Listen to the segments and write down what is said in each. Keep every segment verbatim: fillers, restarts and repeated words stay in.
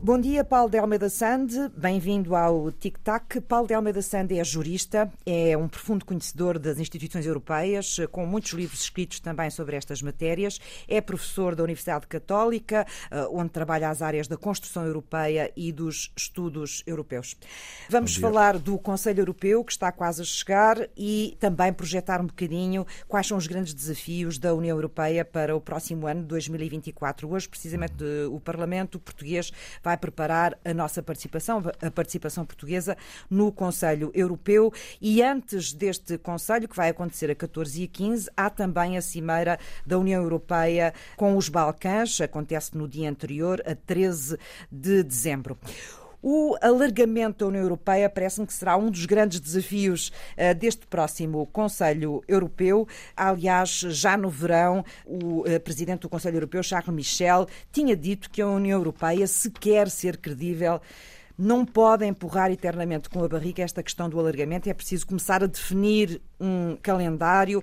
Bom dia, Paulo de Almeida Sande. Bem-vindo ao Tic Tac. Paulo de Almeida Sande é jurista, é um profundo conhecedor das instituições europeias, com muitos livros escritos também sobre estas matérias. É professor da Universidade Católica, onde trabalha as áreas da construção europeia e dos estudos europeus. Vamos falar do Conselho Europeu, que está quase a chegar, e também projetar um bocadinho quais são os grandes desafios da União Europeia para o próximo ano, dois mil e vinte e quatro. Hoje, precisamente, o Parlamento português vai preparar a nossa participação, a participação portuguesa no Conselho Europeu, e antes deste Conselho, que vai acontecer a catorze e a quinze, há também a Cimeira da União Europeia com os Balcãs, acontece no dia anterior, a treze de dezembro. O alargamento da União Europeia parece-me que será um dos grandes desafios uh, deste próximo Conselho Europeu. Aliás, já no verão, o uh, Presidente do Conselho Europeu, Charles Michel, tinha dito que a União Europeia, se quer ser credível, não pode empurrar eternamente com a barriga esta questão do alargamento. É preciso começar a definir um calendário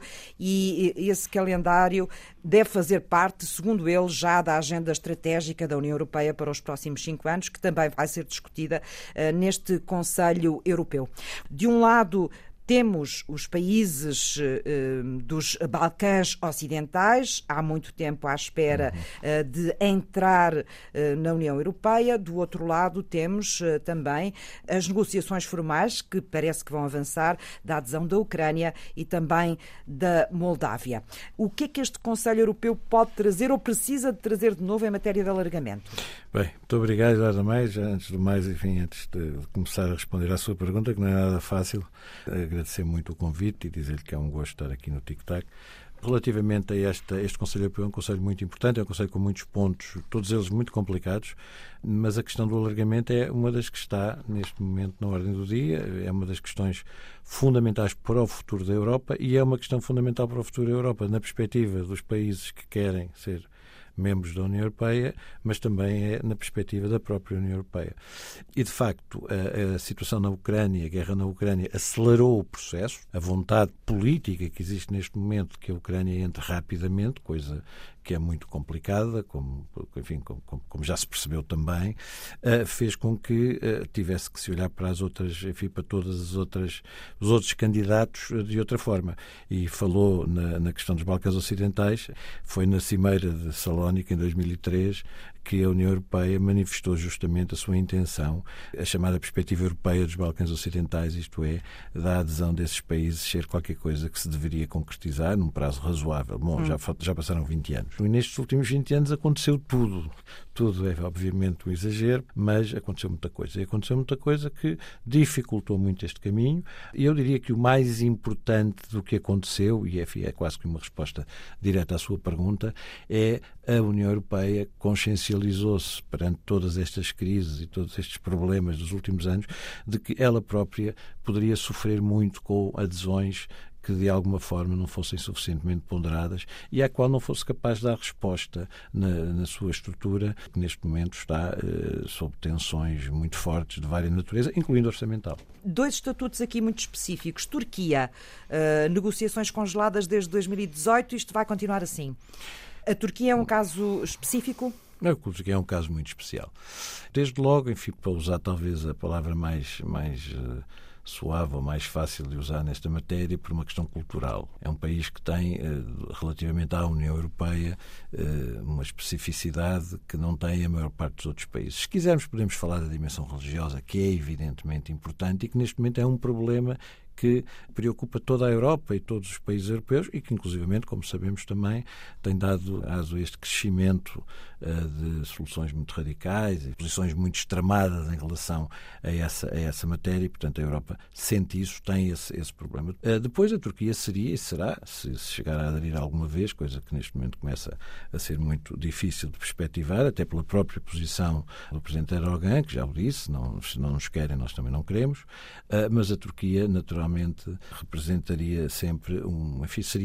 e esse calendário deve fazer parte, segundo ele, já da agenda estratégica da União Europeia para os próximos cinco anos, que também vai ser discutida uh, neste Conselho Europeu. De um lado, temos os países uh, dos Balcãs Ocidentais, há muito tempo à espera uh, de entrar uh, na União Europeia. Do outro lado, temos uh, também as negociações formais, que parece que vão avançar, da adesão da Ucrânia e também da Moldávia. O que é que este Conselho Europeu pode trazer ou precisa de trazer de novo em matéria de alargamento? Bem, muito obrigado, Eduardo Mais. Antes do mais, enfim, antes de começar a responder à sua pergunta, que não é nada fácil, agradecer muito o convite e dizer-lhe que é um gosto estar aqui no Tic Tac. Relativamente a esta, este Conselho Europeu, é um Conselho muito importante, é um Conselho com muitos pontos, todos eles muito complicados, mas a questão do alargamento é uma das que está, neste momento, na ordem do dia, é uma das questões fundamentais para o futuro da Europa e é uma questão fundamental para o futuro da Europa, na perspectiva dos países que querem ser membros da União Europeia, mas também é na perspectiva da própria União Europeia. E, de facto, a, a situação na Ucrânia, a guerra na Ucrânia, acelerou o processo. A vontade política que existe neste momento de que a Ucrânia entre rapidamente, coisa que é muito complicada, como, enfim, como, como já se percebeu também, uh, fez com que uh, tivesse que se olhar para as outras, enfim, para todas as outras, os outros candidatos uh, de outra forma. E falou na, na questão dos Balcãs Ocidentais, foi na Cimeira de Salónica, em dois mil e três, que a União Europeia manifestou justamente a sua intenção, a chamada perspectiva europeia dos Balcãs Ocidentais, isto é, da adesão desses países ser qualquer coisa que se deveria concretizar num prazo razoável. Bom, hum. já, já passaram vinte anos. E nestes últimos vinte anos aconteceu tudo. Tudo é, obviamente, um exagero, mas aconteceu muita coisa. E aconteceu muita coisa que dificultou muito este caminho. E eu diria que o mais importante do que aconteceu, e enfim, é quase que uma resposta direta à sua pergunta, é a União Europeia consciencializou-se perante todas estas crises e todos estes problemas dos últimos anos de que ela própria poderia sofrer muito com adesões que de alguma forma não fossem suficientemente ponderadas e à qual não fosse capaz de dar resposta na, na sua estrutura, que neste momento está eh, sob tensões muito fortes de várias natureza, incluindo orçamental. Dois estatutos aqui muito específicos. Turquia, uh, negociações congeladas desde dois mil e dezoito, isto vai continuar assim? A Turquia é um caso específico? A Turquia é um caso muito especial. Desde logo, enfim, para usar talvez a palavra mais, mais uh, suave ou mais fácil de usar nesta matéria, por uma questão cultural. É um país que tem, uh, relativamente à União Europeia, uh, uma especificidade que não tem a maior parte dos outros países. Se quisermos, podemos falar da dimensão religiosa, que é evidentemente importante e que neste momento é um problema que preocupa toda a Europa e todos os países europeus e que, inclusivamente, como sabemos também, tem dado aso a este crescimento uh, de soluções muito radicais e posições muito extremadas em relação a essa, a essa matéria e, portanto, a Europa sente isso, tem esse, esse problema. Uh, depois, a Turquia seria e será, se, se chegar a aderir alguma vez, coisa que neste momento começa a ser muito difícil de perspectivar, até pela própria posição do Presidente Erdogan, que já o disse, não, se não nos querem, nós também não queremos, uh, mas a Turquia, naturalmente, representaria sempre um, enfim, seria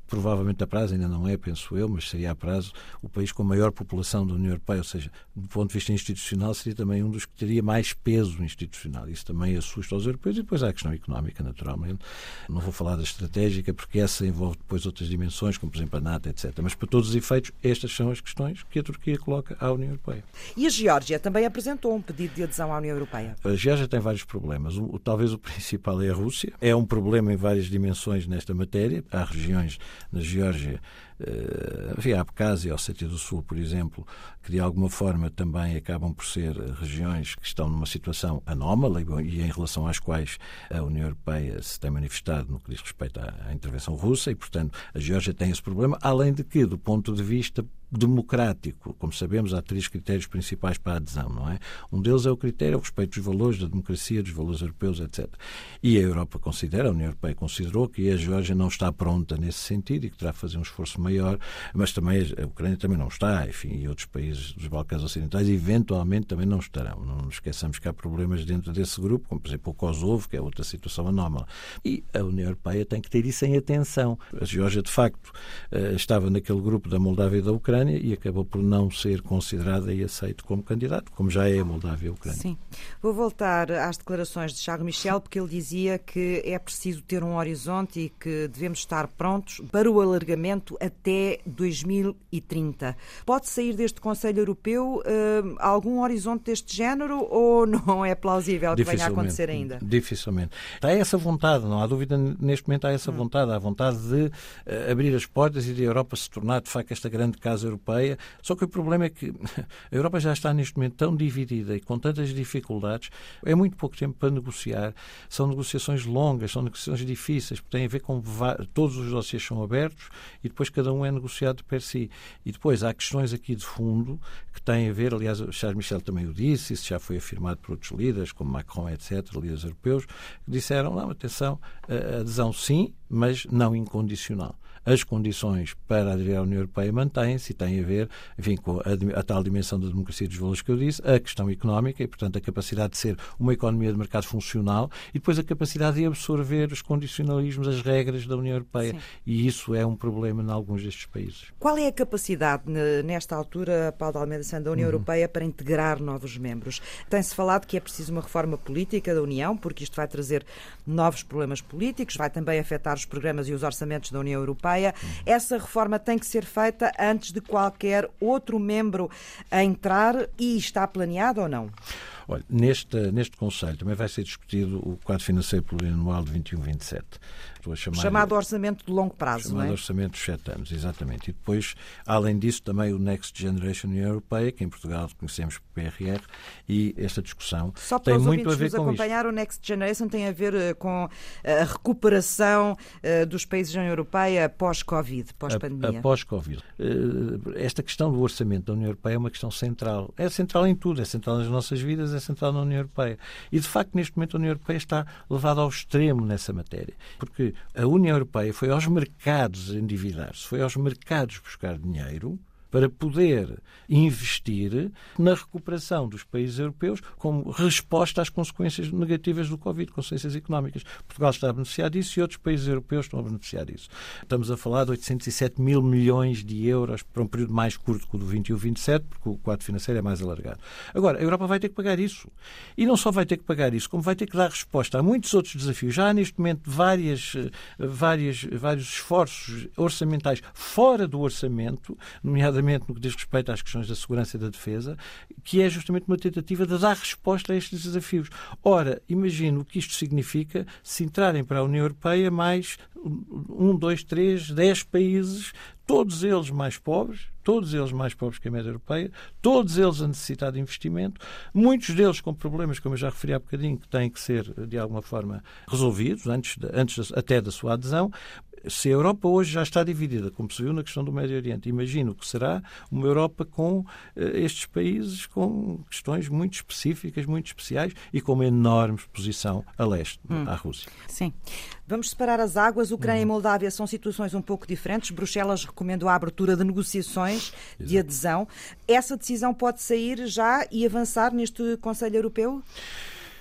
provavelmente a prazo, ainda não é, penso eu, mas seria a prazo, o país com a maior população da União Europeia, ou seja, do ponto de vista institucional, seria também um dos que teria mais peso institucional. Isso também assusta os europeus. E depois há a questão económica, naturalmente. Não vou falar da estratégica, porque essa envolve depois outras dimensões, como por exemplo a NATO, etcétera. Mas para todos os efeitos, estas são as questões que a Turquia coloca à União Europeia. E a Geórgia também apresentou um pedido de adesão à União Europeia. A Geórgia tem vários problemas. O, talvez o principal é a Rússia. É um problema em várias dimensões nesta matéria. Há regiões na Geórgia, enfim, a Abcásia, a Ossétia do Sul, por exemplo, que de alguma forma também acabam por ser regiões que estão numa situação anómala e em relação às quais a União Europeia se tem manifestado no que diz respeito à, à intervenção russa e, portanto, a Geórgia tem esse problema, além de que, do ponto de vista democrático, como sabemos, há três critérios principais para a adesão, não é? Um deles é o critério o respeito dos valores da democracia, dos valores europeus, etcétera. E a Europa considera, a União Europeia considerou que a Geórgia não está pronta nesse sentido e que terá que fazer um esforço maior, mas também a Ucrânia também não está, enfim, e outros países dos Balcãs Ocidentais eventualmente também não estarão. Não nos esqueçamos que há problemas dentro desse grupo, como por exemplo o Kosovo, que é outra situação anómala. E a União Europeia tem que ter isso em atenção. A Geórgia, de facto, estava naquele grupo da Moldávia e da Ucrânia e acabou por não ser considerada e aceito como candidato, como já é a Moldávia e a Ucrânia. Sim. Vou voltar às declarações de Charles Michel, porque ele dizia que é preciso ter um horizonte e que devemos estar prontos para o alargamento até dois mil e trinta. Pode sair deste Conselho Europeu uh, algum horizonte deste género ou não é plausível que venha a acontecer ainda? Dificilmente. Há essa vontade, não há dúvida, neste momento há essa vontade, há a vontade de uh, abrir as portas e de a Europa se tornar, de facto, esta grande casa europeia. Só que o problema é que a Europa já está neste momento tão dividida e com tantas dificuldades, é muito pouco tempo para negociar. São negociações longas, são negociações difíceis, porque têm a ver com todos os dossiês são abertos e depois cada um é negociado per si. E depois há questões aqui de fundo que têm a ver, aliás, o Charles Michel também o disse, isso já foi afirmado por outros líderes, como Macron, etcétera, líderes europeus, que disseram, não, atenção, a adesão sim, mas não incondicional. As condições para aderir à União Europeia mantêm-se e têm a ver, enfim, com a, a tal dimensão da democracia e dos valores que eu disse, a questão económica e, portanto, a capacidade de ser uma economia de mercado funcional e depois a capacidade de absorver os condicionalismos, as regras da União Europeia. Sim. E isso é um problema em alguns destes países. Qual é a capacidade, nesta altura, Paulo de Almeida Santos, da União uhum. Europeia para integrar novos membros? Tem-se falado que é preciso uma reforma política da União, porque isto vai trazer novos problemas políticos, vai também afetar os programas e os orçamentos da União Europeia. Essa reforma tem que ser feita antes de qualquer outro membro a entrar e está planeado ou não? Olha, neste, neste Conselho também vai ser discutido o quadro financeiro plurianual de vinte e um a vinte e sete. O chamado orçamento de longo prazo, chamado não é? orçamento de sete anos, exatamente. E depois, além disso, também o Next Generation União Europeia, que em Portugal conhecemos por P R R, e esta discussão Só para tem os muito a ver nos com acompanhar, isto. O Next Generation tem a ver com a recuperação dos países da União Europeia pós-Covid, pós-pandemia. Pós-Covid. Esta questão do orçamento da União Europeia é uma questão central. É central em tudo, é central nas nossas vidas, é central na União Europeia. E, de facto, neste momento a União Europeia está levada ao extremo nessa matéria. Porque a União Europeia foi aos mercados endividar-se, foi aos mercados buscar dinheiro para poder investir na recuperação dos países europeus como resposta às consequências negativas do Covid, consequências económicas. Portugal está a beneficiar disso e outros países europeus estão a beneficiar disso. Estamos a falar de oitocentos e sete mil milhões de euros para um período mais curto que o do vinte e um a vinte e sete, porque o quadro financeiro é mais alargado. Agora, a Europa vai ter que pagar isso. E não só vai ter que pagar isso, como vai ter que dar resposta a muitos outros desafios. Já há neste momento várias, várias, vários esforços orçamentais fora do orçamento, nomeadamente no que diz respeito às questões da segurança e da defesa, que é justamente uma tentativa de dar resposta a estes desafios. Ora, imagino o que isto significa se entrarem para a União Europeia mais um, dois, três, dez países, todos eles mais pobres, todos eles mais pobres que a média europeia, todos eles a necessitar de investimento, muitos deles com problemas, como eu já referi há bocadinho, que têm que ser, de alguma forma, resolvidos, antes, de, antes até da sua adesão. Se a Europa hoje já está dividida, como se viu na questão do Médio Oriente, imagino que será uma Europa com uh, estes países com questões muito específicas, muito especiais e com uma enorme exposição a leste, hum. à Rússia. Sim. Vamos separar as águas. Ucrânia hum. e Moldávia são situações um pouco diferentes. Bruxelas recomendou a abertura de negociações Exato. de adesão. Essa decisão pode sair já e avançar neste Conselho Europeu?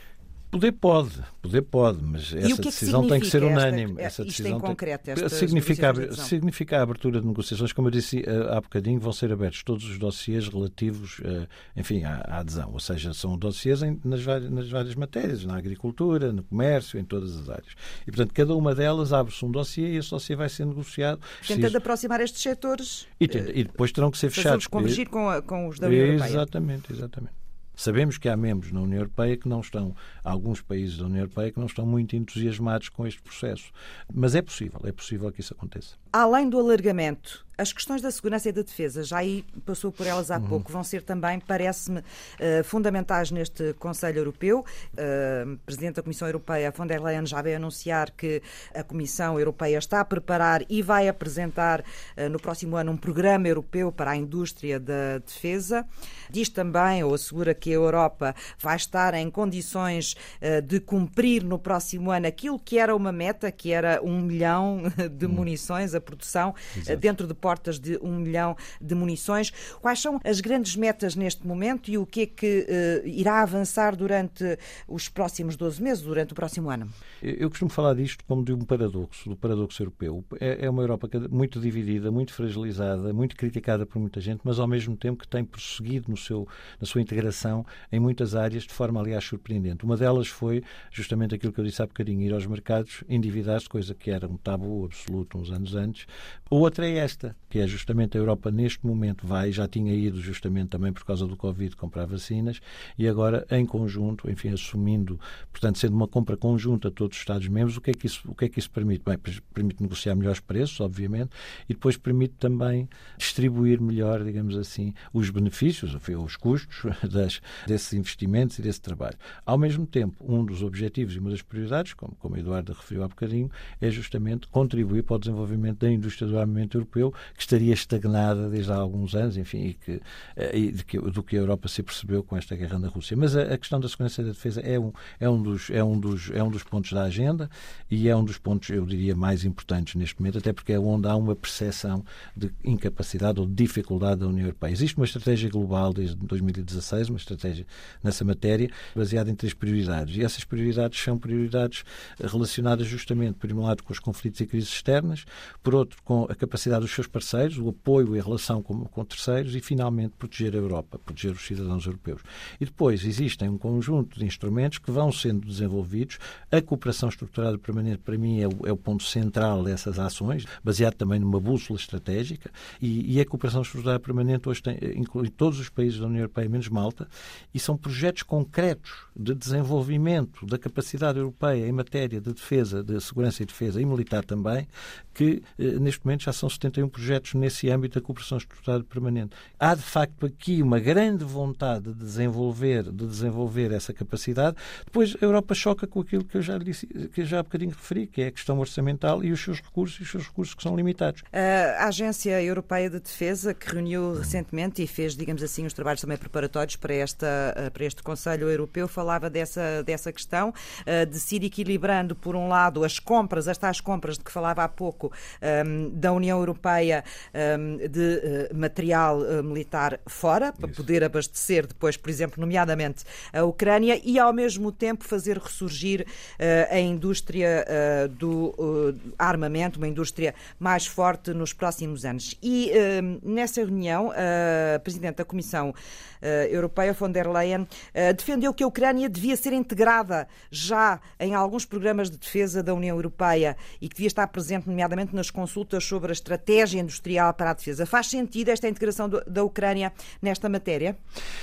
Poder pode, poder pode, mas essa que decisão é que tem que ser esta, unânime. Esta, essa decisão isto em concreto, tem... estas significa, de significa a abertura de negociações, como eu disse há bocadinho, vão ser abertos todos os dossiês relativos, enfim, à, à adesão, ou seja, são dossiês em, nas, várias, nas várias matérias, na agricultura, no comércio, em todas as áreas. E, portanto, cada uma delas abre-se um dossiê e esse dossiê vai ser negociado. Tentando preciso... aproximar estes setores e, tenta, e depois terão que ser fechados. Convergir com, a, com os da União Europeia. Exatamente, exatamente. Sabemos que há membros na União Europeia que não estão, alguns países da União Europeia que não estão muito entusiasmados com este processo. Mas é possível, é possível que isso aconteça. Além do alargamento, as questões da segurança e da defesa, já aí passou por elas há uhum. pouco, vão ser também, parece-me, uh, fundamentais neste Conselho Europeu. Uh, o Presidente da Comissão Europeia, von der Leyen, já veio anunciar que a Comissão Europeia está a preparar e vai apresentar uh, no próximo ano um programa europeu para a indústria da defesa. Diz também, ou assegura que a Europa vai estar em condições uh, de cumprir no próximo ano aquilo que era uma meta, que era um milhão de uhum. munições, a produção uh, dentro de portas de um milhão de munições. Quais são as grandes metas neste momento e o que é que uh, irá avançar durante os próximos doze meses, durante o próximo ano? Eu costumo falar disto como de um paradoxo, do paradoxo europeu. É uma Europa muito dividida, muito fragilizada, muito criticada por muita gente, mas ao mesmo tempo que tem prosseguido no seu, na sua integração em muitas áreas de forma, aliás, surpreendente. Uma delas foi justamente aquilo que eu disse há bocadinho, ir aos mercados, endividar-se, coisa que era um tabu absoluto uns anos antes. Outra é esta, que é justamente a Europa neste momento vai, já tinha ido justamente também por causa do Covid comprar vacinas e agora em conjunto, enfim, assumindo, portanto, sendo uma compra conjunta a todos os Estados-membros, o que é que isso, o que é que isso permite? Bem, permite negociar melhores preços, obviamente, e depois permite também distribuir melhor, digamos assim, os benefícios, os custos das, desses investimentos e desse trabalho. Ao mesmo tempo, um dos objetivos e uma das prioridades, como, como a Eduardo referiu há bocadinho, é justamente contribuir para o desenvolvimento da indústria do armamento europeu, que estaria estagnada desde há alguns anos, enfim, e, que, e de que, do que a Europa se percebeu com esta guerra na Rússia. Mas a, a questão da segurança e da defesa é um, é, um dos, é, um dos, é um dos pontos da agenda e é um dos pontos, eu diria, mais importantes neste momento, até porque é onde há uma percepção de incapacidade ou de dificuldade da União Europeia. Existe uma estratégia global desde dois mil e dezasseis, uma estratégia nessa matéria, baseada em três prioridades. E essas prioridades são prioridades relacionadas justamente, por um lado, com os conflitos e crises externas, por outro, com a capacidade dos seus parceiros, o apoio e a relação com, com terceiros e, finalmente, proteger a Europa, proteger os cidadãos europeus. E depois existem um conjunto de instrumentos que vão sendo desenvolvidos. A cooperação estruturada permanente, para mim, é o, é o ponto central dessas ações, baseado também numa bússola estratégica, e, e a cooperação estruturada permanente hoje tem, inclui todos os países da União Europeia, menos Malta, e são projetos concretos de desenvolvimento da capacidade europeia em matéria de defesa, de segurança e defesa, e militar também, que eh, neste momento já são setenta e um projetos nesse âmbito da cooperação estruturada permanente. Há, de facto, aqui uma grande vontade de desenvolver, de desenvolver essa capacidade. Depois, a Europa choca com aquilo que eu já disse, que eu já há bocadinho referi, que é a questão orçamental e os seus recursos, e os seus recursos que são limitados. A Agência Europeia de Defesa, que reuniu recentemente e fez, digamos assim, os trabalhos também preparatórios para, esta, para este Conselho Europeu, falava dessa, dessa questão, de se ir equilibrando, por um lado, as compras, as tais compras de que falava há pouco, um, da União Europeia, um, de uh, material uh, militar fora, para Isso. poder abastecer depois, por exemplo, nomeadamente a Ucrânia, e ao mesmo tempo fazer ressurgir uh, a indústria uh, do uh, armamento, uma indústria mais forte nos próximos anos. E uh, nessa reunião, a Presidente da Comissão uh, Europeia, von der Leyen, uh, defendeu que a Ucrânia devia ser integrada já em alguns programas de defesa da União Europeia e que devia estar presente, nomeadamente, nas consultas sobre a estratégia industrial para a defesa. Faz sentido esta integração do, da Ucrânia nesta matéria?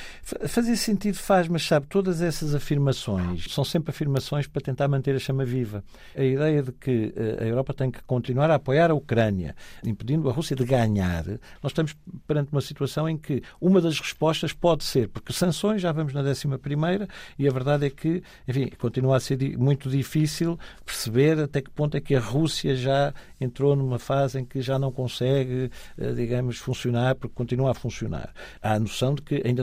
Fazer sentido faz, mas sabe, todas essas afirmações são sempre afirmações para tentar manter a chama viva. A ideia de que a Europa tem que continuar a apoiar a Ucrânia, impedindo a Rússia de ganhar, nós estamos perante uma situação em que uma das respostas pode ser, porque sanções já vamos na décima primeira e a verdade é que, enfim, continua a ser muito difícil perceber até que ponto é que a Rússia já entrou numa fase em que já não consegue, digamos, funcionar, porque continua a funcionar. Há a noção de que ainda não chegou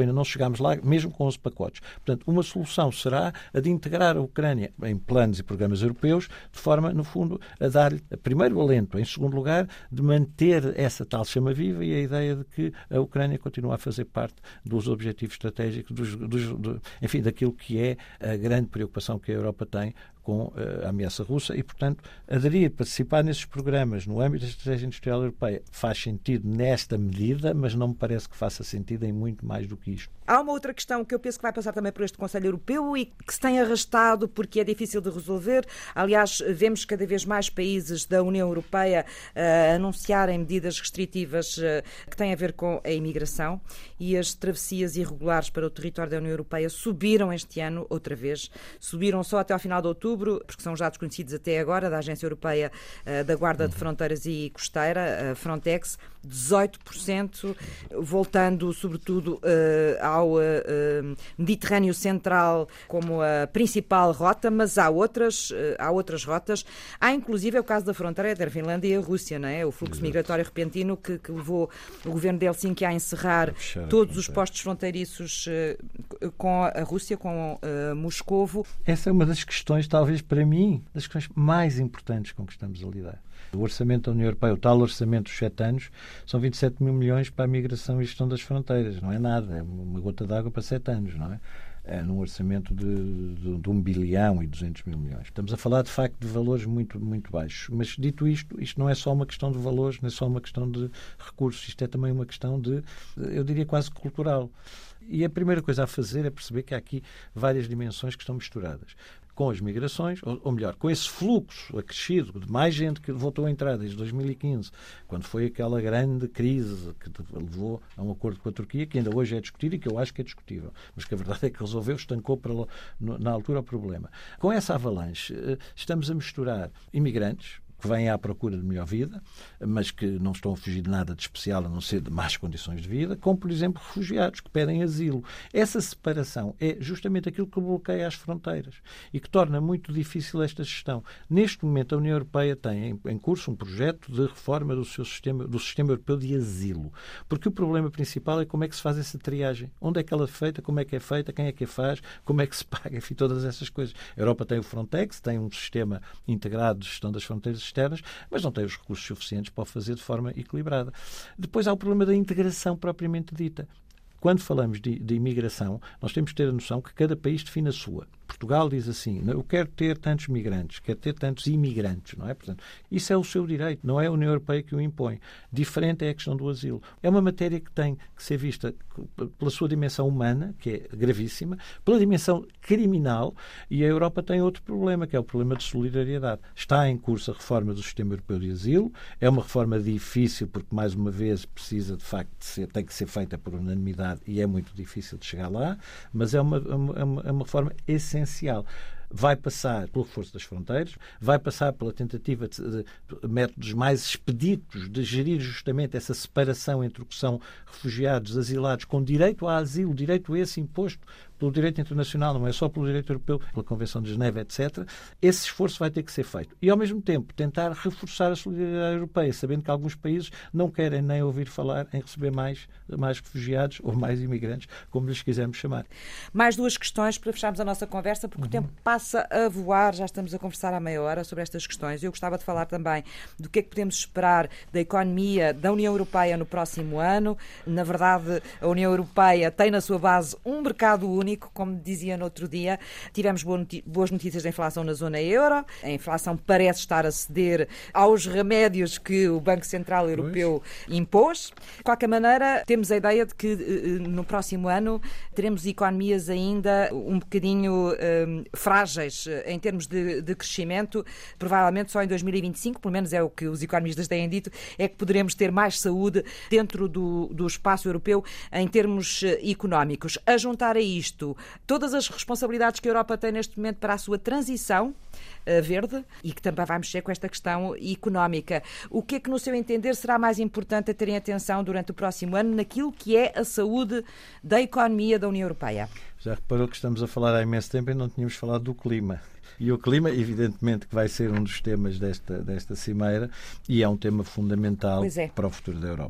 ainda não chegámos lá, mesmo com onze pacotes. Portanto, uma solução será a de integrar a Ucrânia em planos e programas europeus, de forma, no fundo, a dar-lhe, primeiro, alento, em segundo lugar, de manter essa tal chama viva e a ideia de que a Ucrânia continua a fazer parte dos objetivos estratégicos, dos, dos, do, enfim, daquilo que é a grande preocupação que a Europa tem com a ameaça russa e, portanto, aderir, participar nesses programas no âmbito da estratégia industrial europeia faz sentido nesta medida, mas não me parece que faça sentido em muito mais do que isto. Há uma outra questão que eu penso que vai passar também por este Conselho Europeu e que se tem arrastado porque é difícil de resolver. Aliás, vemos cada vez mais países da União Europeia uh, anunciarem medidas restritivas uh, que têm a ver com a imigração, e as travessias irregulares para o território da União Europeia subiram este ano outra vez. Subiram só até ao final de outubro, porque são já desconhecidos até agora, da Agência Europeia uh, da Guarda de Fronteiras e Costeira, uh, Frontex, dezoito por cento, voltando sobretudo uh, ao uh, Mediterrâneo Central como a principal rota, mas há outras, uh, há outras rotas. Há inclusive é o caso da fronteira entre a Finlândia e a Rússia, não é? O fluxo Exato. migratório repentino que, que levou o governo de Helsinki a encerrar a todos os postos fronteiriços uh, com a Rússia, com uh, Moscovo. Essa é uma das questões, talvez para mim, das questões mais importantes com que estamos a lidar. O orçamento da União Europeia, o tal orçamento dos sete anos, são vinte e sete mil milhões para a migração e gestão das fronteiras. Não é nada, é uma gota d'água para sete anos, não é? É num orçamento de, de, de um bilhão e duzentos mil milhões. Estamos a falar, de facto, de valores muito, muito baixos. Mas, dito isto, isto não é só uma questão de valores, não é só uma questão de recursos. Isto é também uma questão de, eu diria, quase cultural. E a primeira coisa a fazer é perceber que há aqui várias dimensões que estão misturadas. Com as migrações, ou, ou melhor, com esse fluxo acrescido de mais gente que voltou a entrar desde dois mil e quinze, quando foi aquela grande crise que levou a um acordo com a Turquia, que ainda hoje é discutido e que eu acho que é discutível, mas que a verdade é que resolveu, estancou para, na altura o problema. Com essa avalanche, estamos a misturar imigrantes, que vêm à procura de melhor vida, mas que não estão a fugir de nada de especial, a não ser de más condições de vida, como, por exemplo, refugiados que pedem asilo. Essa separação é justamente aquilo que bloqueia as fronteiras e que torna muito difícil esta gestão. Neste momento, a União Europeia tem em curso um projeto de reforma do seu sistema, do sistema europeu de asilo, porque o problema principal é como é que se faz essa triagem. Onde é que ela é feita, como é que é feita, quem é que a faz, como é que se paga, enfim, todas essas coisas. A Europa tem o Frontex, tem um sistema integrado de gestão das fronteiras externas, mas não tem os recursos suficientes para o fazer de forma equilibrada. Depois há o problema da integração propriamente dita. Quando falamos de, de imigração, nós temos que ter a noção que cada país define a sua. Portugal diz assim, eu quero ter tantos migrantes, quero ter tantos imigrantes, não é? Portanto, isso é o seu direito, não é a União Europeia que o impõe. Diferente é a questão do asilo. É uma matéria que tem que ser vista pela sua dimensão humana, que é gravíssima, pela dimensão criminal, e a Europa tem outro problema, que é o problema de solidariedade. Está em curso a reforma do sistema europeu de asilo, é uma reforma difícil, porque, mais uma vez, precisa, de facto, de ser, tem que ser feita por unanimidade e é muito difícil de chegar lá, mas é uma, uma, é uma reforma essencial. Essencial. Vai passar pelo reforço das fronteiras, vai passar pela tentativa de, de, de métodos mais expeditos de gerir justamente essa separação entre o que são refugiados, asilados, com direito a asilo, direito a esse imposto pelo direito internacional, não é só pelo direito europeu, pela Convenção de Genebra, etcétera. Esse esforço vai ter que ser feito. E, ao mesmo tempo, tentar reforçar a solidariedade europeia, sabendo que alguns países não querem nem ouvir falar em receber mais, mais refugiados ou mais imigrantes, como lhes quisermos chamar. Mais duas questões para fecharmos a nossa conversa, porque uhum. o tempo passa a voar, já estamos a conversar há meia hora sobre estas questões. Eu gostava de falar também do que é que podemos esperar da economia da União Europeia no próximo ano. Na verdade, a União Europeia tem na sua base um mercado único, como dizia no outro dia. Tivemos boas notícias da inflação na zona euro. A inflação parece estar a ceder aos remédios que o Banco Central Europeu pois. impôs. De qualquer maneira, temos a ideia de que no próximo ano teremos economias ainda um bocadinho um, frágeis em termos de, de crescimento. Provavelmente só em dois mil e vinte e cinco, pelo menos é o que os economistas têm dito, é que poderemos ter mais saúde dentro do, do espaço europeu em termos económicos. A juntar a isto todas as responsabilidades que a Europa tem neste momento para a sua transição uh, verde e que também vai mexer com esta questão económica. O que é que, no seu entender, será mais importante a terem atenção durante o próximo ano naquilo que é a saúde da economia da União Europeia? Já reparou que estamos a falar há imenso tempo e não tínhamos falado do clima. E o clima, evidentemente, que vai ser um dos temas desta, desta cimeira e é um tema fundamental é. para o futuro da Europa.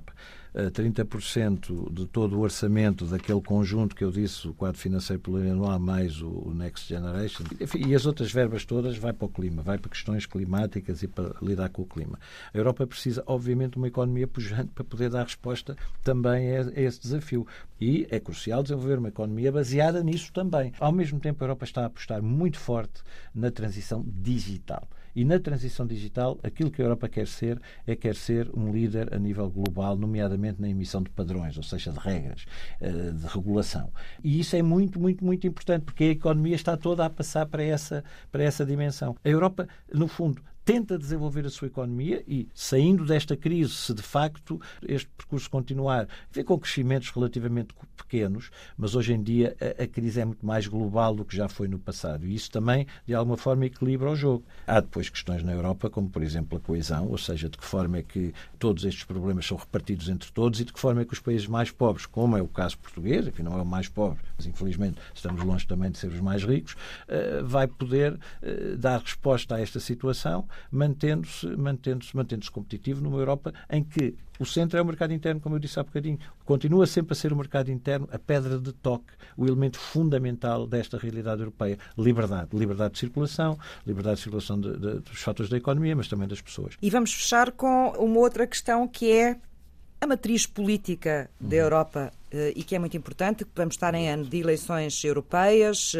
trinta por cento de todo o orçamento daquele conjunto que eu disse, o quadro financeiro plurianual mais o Next Generation, enfim, e as outras verbas todas vai para o clima, vai para questões climáticas e para lidar com o clima. A Europa precisa, obviamente, de uma economia pujante para poder dar resposta também a esse desafio. E é crucial desenvolver uma economia baseada nisso também. Ao mesmo tempo, a Europa está a apostar muito forte na transição digital. E na transição digital, aquilo que a Europa quer ser é quer ser um líder a nível global, nomeadamente na emissão de padrões, ou seja, de regras, de regulação. E isso é muito, muito, muito importante, porque a economia está toda a passar para essa, para essa dimensão. A Europa, no fundo, tenta desenvolver a sua economia e, saindo desta crise, se de facto este percurso continuar, vê com crescimentos relativamente pequenos, mas hoje em dia a, a crise é muito mais global do que já foi no passado. E isso também, de alguma forma, equilibra o jogo. Há depois questões na Europa, como, por exemplo, a coesão, ou seja, de que forma é que todos estes problemas são repartidos entre todos e de que forma é que os países mais pobres, como é o caso português, enfim, não é o mais pobre, mas infelizmente estamos longe também de ser os mais ricos, uh, vai poder uh, dar resposta a esta situação, mantendo-se, mantendo-se, mantendo-se competitivo numa Europa em que o centro é o mercado interno, como eu disse há bocadinho. Continua sempre a ser o mercado interno a pedra de toque, o elemento fundamental desta realidade europeia. Liberdade. Liberdade de circulação, liberdade de circulação de, de, dos fatores da economia, mas também das pessoas. E vamos fechar com uma outra questão que é a matriz política da uhum. Europa e que é muito importante, que vamos estar em ano de eleições europeias,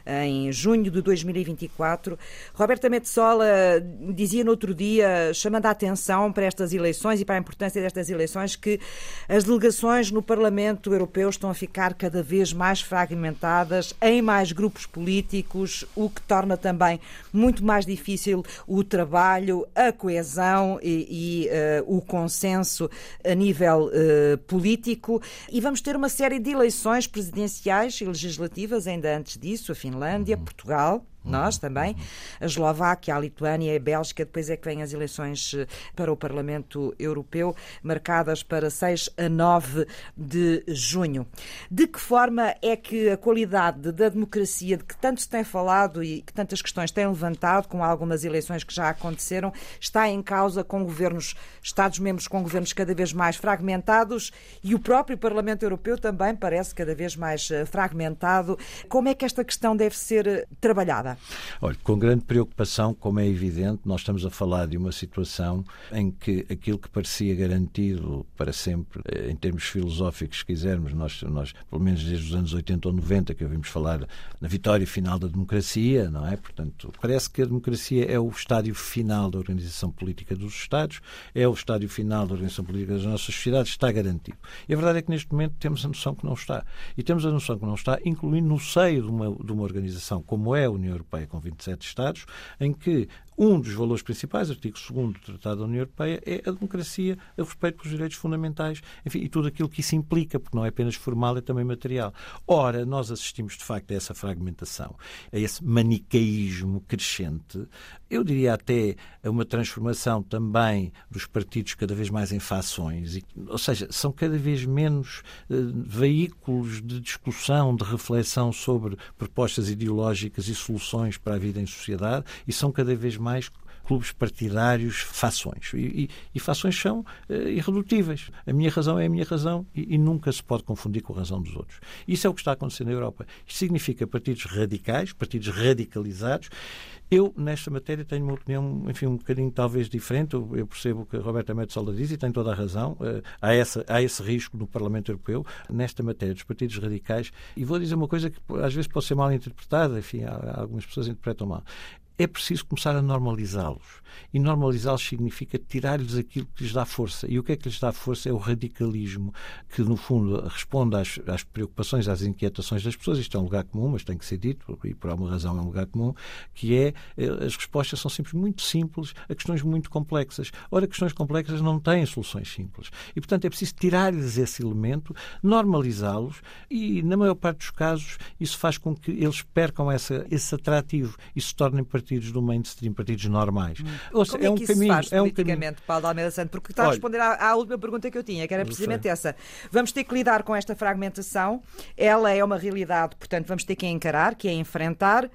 em junho de dois mil e vinte e quatro. Roberta Metsola dizia no outro dia, chamando a atenção para estas eleições e para a importância destas eleições, que as delegações no Parlamento Europeu estão a ficar cada vez mais fragmentadas, em mais grupos políticos, o que torna também muito mais difícil o trabalho, a coesão e, e uh, o consenso a nível uh, político. E vamos ter uma série de eleições presidenciais e legislativas ainda antes disso, a Finlândia, uhum. Portugal, nós também, a Eslováquia, a Lituânia, a Bélgica, depois é que vêm as eleições para o Parlamento Europeu, marcadas para seis a nove de junho. De que forma é que a qualidade da democracia, de que tanto se tem falado e que tantas questões têm levantado, com algumas eleições que já aconteceram, está em causa com governos, Estados-membros com governos cada vez mais fragmentados e o próprio Parlamento Europeu também parece cada vez mais fragmentado. Como é que esta questão deve ser trabalhada? Olha, com grande preocupação, como é evidente, nós estamos a falar de uma situação em que aquilo que parecia garantido para sempre, em termos filosóficos, se quisermos, nós, nós pelo menos desde os anos oitenta ou noventa, que ouvimos falar na vitória final da democracia, não é? Portanto, parece que a democracia é o estádio final da organização política dos Estados, é o estádio final da organização política das nossas sociedades, está garantido. E a verdade é que neste momento temos a noção que não está. E temos a noção que não está, incluindo no seio de uma, de uma organização como é a União Europeia, com vinte e sete Estados, em que um dos valores principais, artigo segundo do Tratado da União Europeia, é a democracia, o respeito pelos direitos fundamentais, enfim, e tudo aquilo que isso implica, porque não é apenas formal, é também material. Ora, nós assistimos, de facto, a essa fragmentação, a esse manicaísmo crescente, eu diria até a uma transformação também dos partidos cada vez mais em fações, e, ou seja, são cada vez menos eh, veículos de discussão, de reflexão sobre propostas ideológicas e soluções para a vida em sociedade, e são cada vez mais mais clubes partidários, fações. E, e, e fações são uh, irredutíveis. A minha razão é a minha razão e, e nunca se pode confundir com a razão dos outros. Isso é o que está acontecendo na Europa. Isto significa partidos radicais, partidos radicalizados. Eu, nesta matéria, tenho uma opinião, enfim, um bocadinho talvez diferente. Eu, eu percebo o que a Roberta Metsola diz e tem toda a razão. Uh, há, essa, há esse risco no Parlamento Europeu, nesta matéria dos partidos radicais. E vou dizer uma coisa que às vezes pode ser mal interpretada, enfim, há, algumas pessoas interpretam mal. É preciso começar a normalizá-los. E normalizá-los significa tirar-lhes aquilo que lhes dá força. E o que é que lhes dá força é o radicalismo, que, no fundo, responde às, às preocupações, às inquietações das pessoas. Isto é um lugar comum, mas tem que ser dito, e por alguma razão é um lugar comum, que é, as respostas são sempre muito simples a questões muito complexas. Ora, questões complexas não têm soluções simples. E, portanto, é preciso tirar-lhes esse elemento, normalizá-los, e, na maior parte dos casos, isso faz com que eles percam essa, esse atrativo e se tornem partidos do mainstream, partidos normais. Hum. Ou seja, Como é, é um que isso caminho, se faz é um caminho... Paulo de Almeida Santos? Porque está a responder à, à última pergunta que eu tinha, que era precisamente essa. Vamos ter que lidar com esta fragmentação. Ela é uma realidade, portanto, vamos ter que a encarar, que a enfrentar.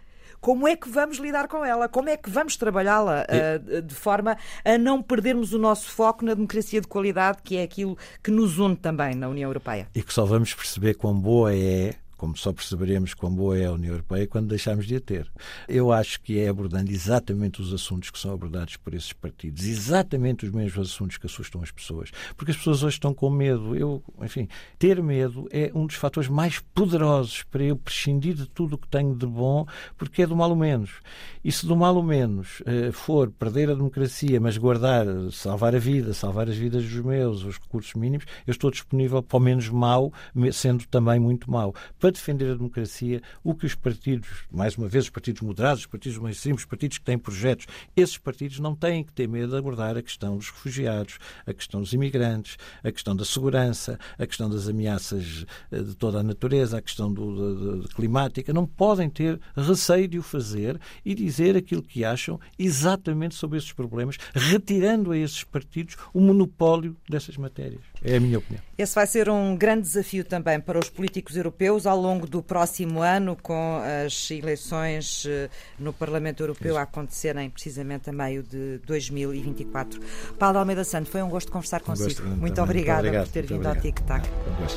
como é que vamos lidar com ela? Como é que vamos trabalhá-la uh, de forma a não perdermos o nosso foco na democracia de qualidade, que é aquilo que nos une também na União Europeia? E que só vamos perceber quão boa é, como só perceberemos quão boa é a União Europeia quando deixarmos de a ter. Eu acho que é abordando exatamente os assuntos que são abordados por esses partidos, exatamente os mesmos assuntos que assustam as pessoas, porque as pessoas hoje estão com medo. Eu, enfim, ter medo é um dos fatores mais poderosos para eu prescindir de tudo o que tenho de bom, porque é do mal o menos. E se do mal o menos eh, for perder a democracia, mas guardar, salvar a vida, salvar as vidas dos meus, os recursos mínimos, eu estou disponível para o menos mau, sendo também muito mau. Para defender a democracia, o que os partidos, mais uma vez, os partidos moderados, os partidos mainstream, os partidos que têm projetos, esses partidos não têm que ter medo de abordar a questão dos refugiados, a questão dos imigrantes, a questão da segurança, a questão das ameaças de toda a natureza, a questão do, da climática. Não podem ter receio de o fazer e dizer aquilo que acham exatamente sobre esses problemas, retirando a esses partidos o monopólio dessas matérias. É a minha opinião. Esse vai ser um grande desafio também para os políticos europeus ao longo do próximo ano, com as eleições no Parlamento Europeu Isso. a acontecerem precisamente a meio de dois mil e vinte e quatro. Paulo Almeida Santos, foi um gosto conversar consigo. Um gosto, muito obrigada por ter vindo ao Tic-Tac. Um gosto.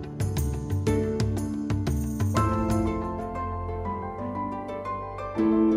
Thank you.